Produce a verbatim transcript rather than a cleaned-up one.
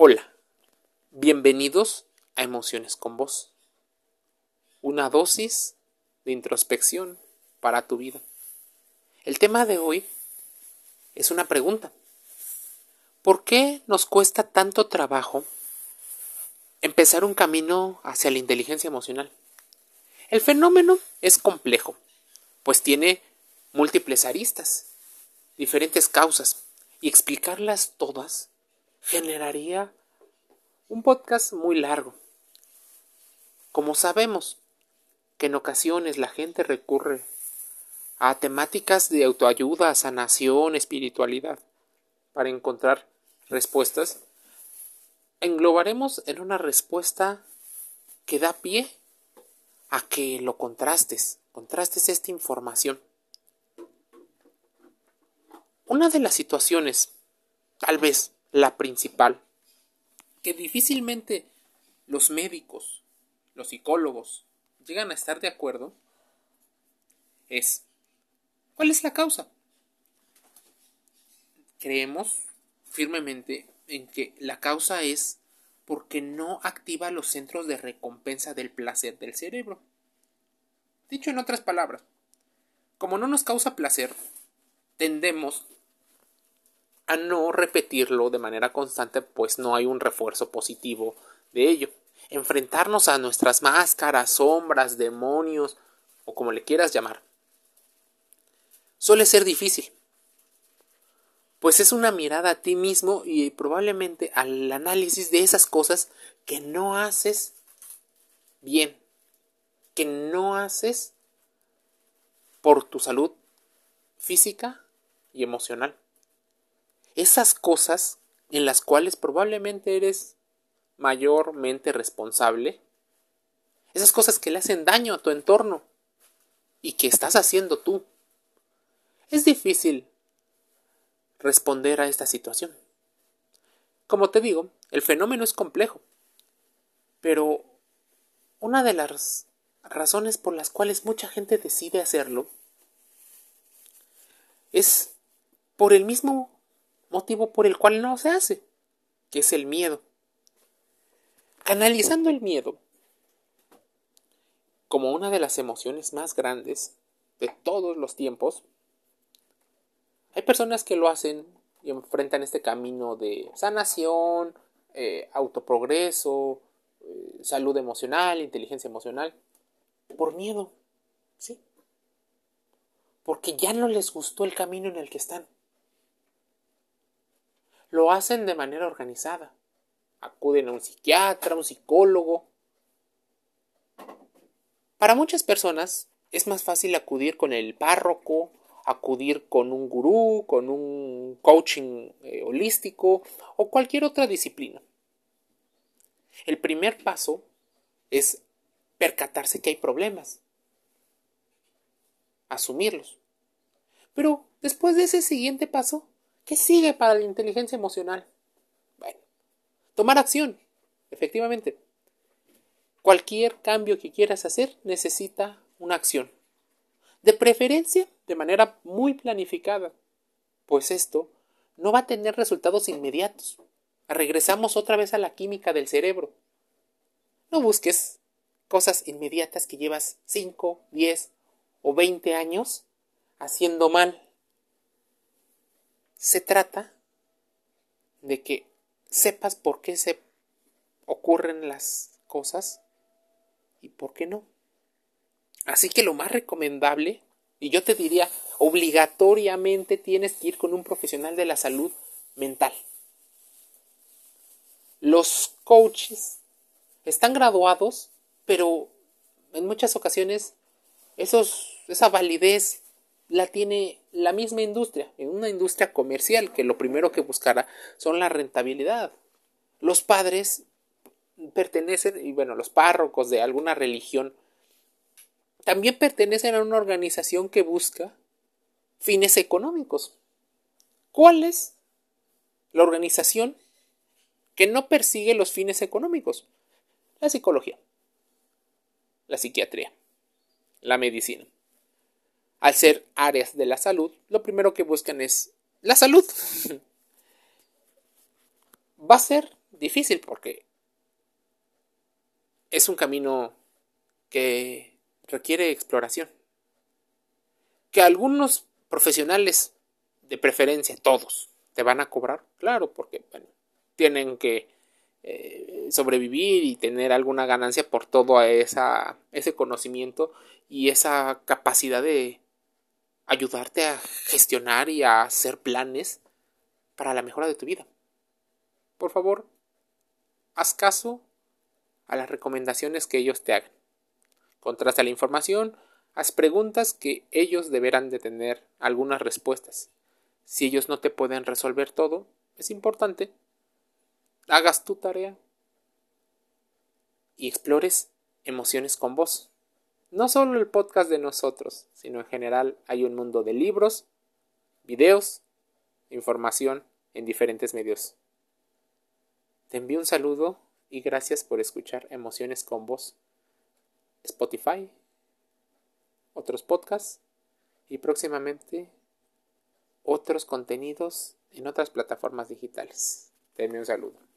Hola, bienvenidos a Emociones con Vos, una dosis de introspección para tu vida. El tema de hoy es una pregunta. ¿Por qué nos cuesta tanto trabajo empezar un camino hacia la inteligencia emocional? El fenómeno es complejo, pues tiene múltiples aristas, diferentes causas, y explicarlas todas generaría un podcast muy largo. Como sabemos que en ocasiones la gente recurre a temáticas de autoayuda, sanación, espiritualidad, para encontrar respuestas, englobaremos en una respuesta que da pie a que lo contrastes, contrastes esta información. Una de las situaciones, tal vez la principal, que difícilmente los médicos, los psicólogos, llegan a estar de acuerdo, es: ¿cuál es la causa? Creemos firmemente en que la causa es porque no activa los centros de recompensa del placer del cerebro. Dicho en otras palabras, como no nos causa placer, tendemos a no repetirlo de manera constante, pues no hay un refuerzo positivo de ello. Enfrentarnos a nuestras máscaras, sombras, demonios, o como le quieras llamar, suele ser difícil, pues es una mirada a ti mismo y probablemente al análisis de esas cosas que no haces bien, que no haces por tu salud física y emocional. Esas cosas en las cuales probablemente eres mayormente responsable, esas cosas que le hacen daño a tu entorno y que estás haciendo tú. Es difícil responder a esta situación. Como te digo, el fenómeno es complejo, pero una de las razones por las cuales mucha gente decide hacerlo es por el mismo motivo por el cual no se hace, que es el miedo. Canalizando el miedo como una de las emociones más grandes de todos los tiempos, hay personas que lo hacen y enfrentan este camino de sanación, eh, autoprogreso, eh, salud emocional, inteligencia emocional, por miedo, ¿sí? Porque ya no les gustó el camino en el que están. Lo hacen de manera organizada. Acuden a un psiquiatra, a un psicólogo. Para muchas personas es más fácil acudir con el párroco, acudir con un gurú, con un coaching eh, holístico o cualquier otra disciplina. El primer paso es percatarse que hay problemas, asumirlos. Pero después de ese siguiente paso, ¿qué sigue para la inteligencia emocional? Bueno, tomar acción, efectivamente. Cualquier cambio que quieras hacer necesita una acción. De preferencia, de manera muy planificada, pues esto no va a tener resultados inmediatos. Regresamos otra vez a la química del cerebro. No busques cosas inmediatas que llevas cinco, diez o veinte años haciendo mal. Se trata de que sepas por qué se ocurren las cosas y por qué no. Así que lo más recomendable, y yo te diría, obligatoriamente tienes que ir con un profesional de la salud mental. Los coaches están graduados, pero en muchas ocasiones esos, esa validez la tiene la misma industria, en una industria comercial que lo primero que buscará son la rentabilidad. Los padres pertenecen, y bueno, los párrocos de alguna religión también pertenecen a una organización que busca fines económicos. ¿Cuál es la organización que no persigue los fines económicos? La psicología, la psiquiatría, la medicina. Al ser áreas de la salud, lo primero que buscan es la salud. Va a ser difícil porque es un camino que requiere exploración. Que algunos profesionales, de preferencia todos, te van a cobrar, claro, porque bueno, tienen que eh, sobrevivir y tener alguna ganancia por todo esa, ese conocimiento y esa capacidad de ayudarte a gestionar y a hacer planes para la mejora de tu vida. Por favor, haz caso a las recomendaciones que ellos te hagan. Contrasta la información, haz preguntas que ellos deberán de tener algunas respuestas. Si ellos no te pueden resolver todo, es importante hagas tu tarea y explores emociones con vos. No solo el podcast de nosotros, sino en general hay un mundo de libros, videos, información en diferentes medios. Te envío un saludo y gracias por escuchar Emociones con Vos, Spotify, otros podcasts y próximamente otros contenidos en otras plataformas digitales. Te envío un saludo.